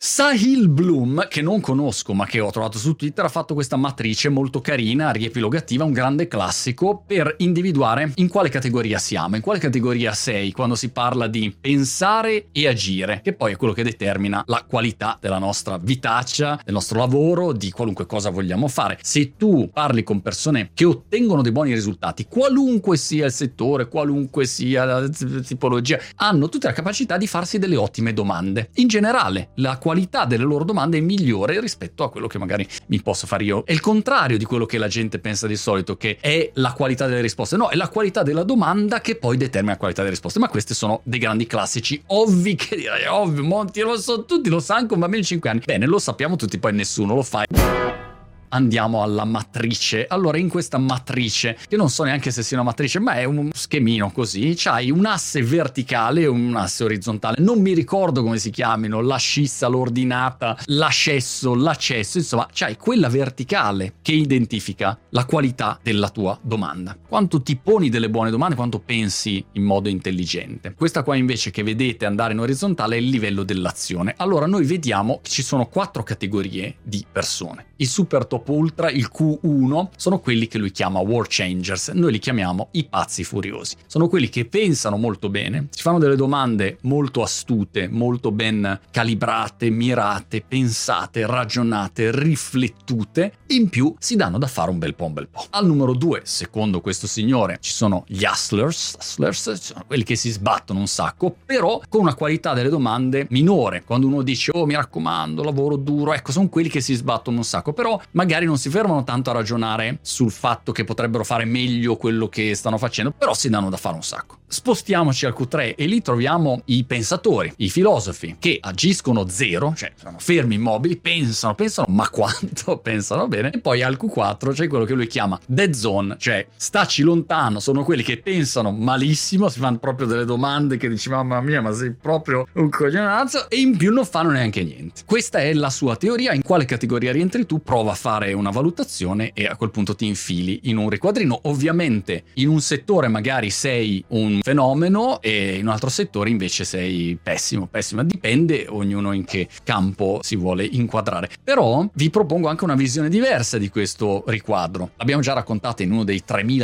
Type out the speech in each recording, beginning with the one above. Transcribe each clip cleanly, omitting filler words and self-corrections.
Sahil Bloom, che non conosco ma che ho trovato su Twitter, ha fatto questa matrice molto carina, riepilogativa, un grande classico per individuare in quale categoria siamo, in quale categoria sei quando si parla di pensare e agire, che poi è quello che determina la qualità della nostra vitaccia, del nostro lavoro, di qualunque cosa vogliamo fare. Se tu parli con persone che ottengono dei buoni risultati, qualunque sia il settore, qualunque sia la tipologia, hanno tutta la capacità di farsi delle ottime domande. In generale, la qualità delle loro domande è migliore rispetto a quello che magari mi posso fare io. È il contrario di quello che la gente pensa di solito, che è la qualità delle risposte. No, è la qualità della domanda che poi determina la qualità delle risposte. Ma questi sono dei grandi classici ovvi, che direi ovvio, Monti lo so, tutti lo sanno con bambini di 5 anni. Bene, lo sappiamo tutti, poi nessuno lo fa. Andiamo alla matrice. Allora, in questa matrice, che non so neanche se sia una matrice, ma è un schemino così, c'hai un asse verticale e un asse orizzontale. Non mi ricordo come si chiamino, l'ascissa, l'ordinata, l'accesso, insomma, c'hai quella verticale che identifica la qualità della tua domanda. Quanto ti poni delle buone domande, quanto pensi in modo intelligente. Questa qua invece che vedete andare in orizzontale è il livello dell'azione. Allora, noi vediamo che ci sono 4 categorie di persone. Il super top ultra, il Q1, sono quelli che lui chiama world changers, noi li chiamiamo i pazzi furiosi. Sono quelli che pensano molto bene, si fanno delle domande molto astute, molto ben calibrate, mirate, pensate, ragionate, riflettute, e in più si danno da fare un bel po'. Al numero 2, secondo questo signore, ci sono gli hustlers, sono quelli che si sbattono un sacco, però con una qualità delle domande minore. Quando uno dice "oh, mi raccomando, lavoro duro", ecco, sono quelli che si sbattono un sacco, però magari non si fermano tanto a ragionare sul fatto che potrebbero fare meglio quello che stanno facendo, però si danno da fare un sacco. Spostiamoci al Q3 e lì troviamo i pensatori, i filosofi, che agiscono zero, cioè sono fermi immobili, pensano, ma quanto pensano bene. E poi al Q4 c'è quello che lui chiama dead zone, cioè staci lontano, sono quelli che pensano malissimo, si fanno proprio delle domande che dici mamma mia, ma sei proprio un coglionazzo, e in più non fanno neanche niente. Questa è la sua teoria. In quale categoria rientri tu? Prova a fare una valutazione e a quel punto ti infili in un riquadrino. Ovviamente in un settore magari sei un fenomeno e in un altro settore invece sei pessimo, dipende ognuno in che campo si vuole inquadrare. Però vi propongo anche una visione diversa di questo riquadro. L'abbiamo già raccontato in uno dei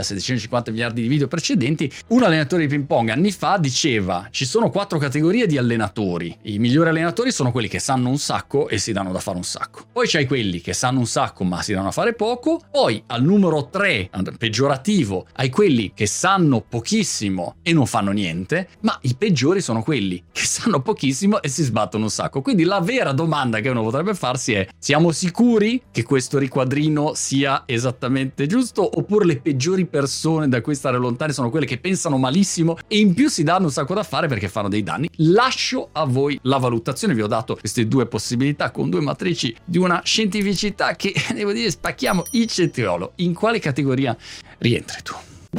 3750 miliardi di video precedenti. Un allenatore di ping pong anni fa diceva: ci sono 4 categorie di allenatori, i migliori allenatori sono quelli che sanno un sacco e si danno da fare un sacco, poi c'hai quelli che sanno un sacco ma si danno a fare poco, poi al numero 3, peggiorativo, hai quelli che sanno pochissimo e non fanno niente, ma i peggiori sono quelli che sanno pochissimo e si sbattono un sacco. Quindi la vera domanda che uno potrebbe farsi è: siamo sicuri che questo riquadrino sia esattamente giusto, oppure le peggiori persone da cui stare lontani sono quelle che pensano malissimo e in più si danno un sacco da fare perché fanno dei danni? Lascio a voi la valutazione, vi ho dato queste 2 possibilità con 2 matrici di una scientificità che devo dire spacchiamo il cetriolo. In quale categoria rientri tu?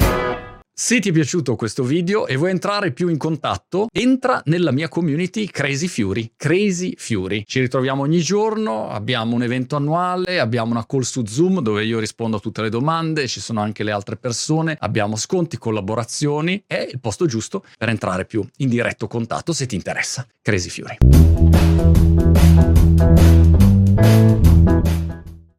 Se ti è piaciuto questo video e vuoi entrare più in contatto, entra nella mia community Crazy Fury. Ci ritroviamo ogni giorno, abbiamo un evento annuale, abbiamo una call su Zoom dove io rispondo a tutte le domande, ci sono anche le altre persone, abbiamo sconti, collaborazioni, è il posto giusto per entrare più in diretto contatto se ti interessa. Crazy Fury.